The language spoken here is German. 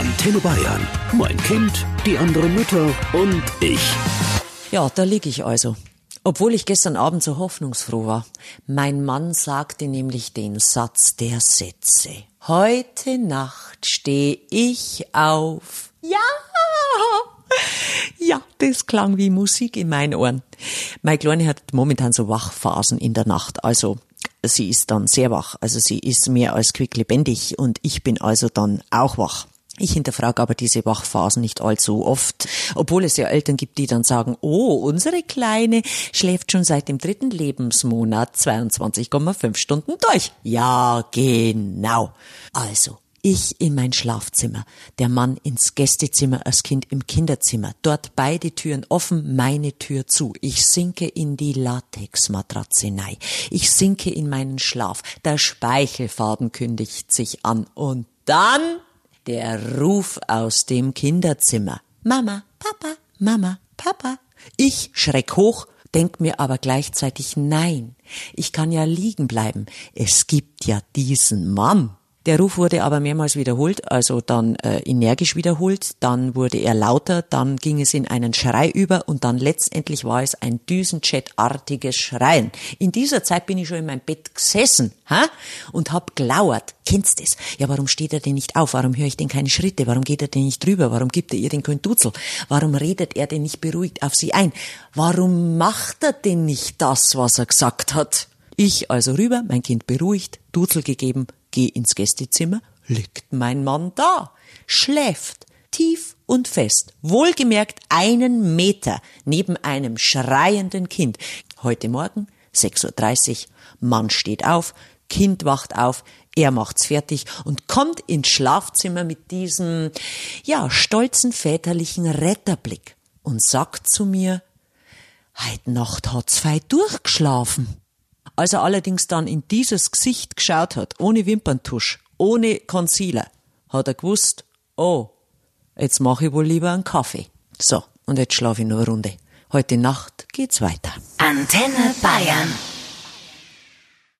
Antenne Bayern. Mein Kind, die andere Mutter und ich. Ja, da lieg ich also. Obwohl ich gestern Abend so hoffnungsfroh war. Mein Mann sagte nämlich den Satz der Sätze. Heute Nacht steh ich auf. Ja! Ja, das klang wie Musik in meinen Ohren. Meine Kleine hat momentan so Wachphasen in der Nacht. Also sie ist dann sehr wach. Also sie ist mehr als quicklebendig und ich bin also dann auch wach. Ich hinterfrage aber diese Wachphasen nicht allzu oft, obwohl es ja Eltern gibt, die dann sagen, oh, unsere Kleine schläft schon seit dem 3. Lebensmonat 22,5 Stunden durch. Ja, genau. Also, ich in mein Schlafzimmer, der Mann ins Gästezimmer, das Kind im Kinderzimmer, dort beide Türen offen, meine Tür zu. Ich sinke in die Latexmatratze hinein. Ich sinke in meinen Schlaf. Der Speichelfaden kündigt sich an und dann der Ruf aus dem Kinderzimmer. Mama, Papa, Mama, Papa. Ich schreck hoch, denk mir aber gleichzeitig nein. Ich kann ja liegen bleiben. Es gibt ja diesen Mann. Der Ruf wurde aber mehrmals wiederholt, also dann energisch wiederholt, dann wurde er lauter, dann ging es in einen Schrei über und dann letztendlich war es ein Düsenjet-artiges Schreien. In dieser Zeit bin ich schon in meinem Bett gesessen und hab gelauert. Kennst es? Ja, warum steht er denn nicht auf? Warum höre ich denn keine Schritte? Warum geht er denn nicht drüber? Warum gibt er ihr denn kein Duzel? Warum redet er denn nicht beruhigt auf sie ein? Warum macht er denn nicht das, was er gesagt hat? Ich also rüber, mein Kind beruhigt, Duzel gegeben, geh ins Gästezimmer, liegt mein Mann da, schläft tief und fest, wohlgemerkt 1 Meter neben einem schreienden Kind. Heute Morgen, 6:30 Uhr, Mann steht auf, Kind wacht auf, er macht's fertig und kommt ins Schlafzimmer mit diesem, stolzen väterlichen Retterblick und sagt zu mir, heut Nacht hat's fei durchgeschlafen. Als er allerdings dann in dieses Gesicht geschaut hat, ohne Wimperntusch, ohne Concealer, hat er gewusst, oh, jetzt mache ich wohl lieber einen Kaffee. So, und jetzt schlafe ich noch eine Runde. Heute Nacht geht's weiter. Antenne Bayern.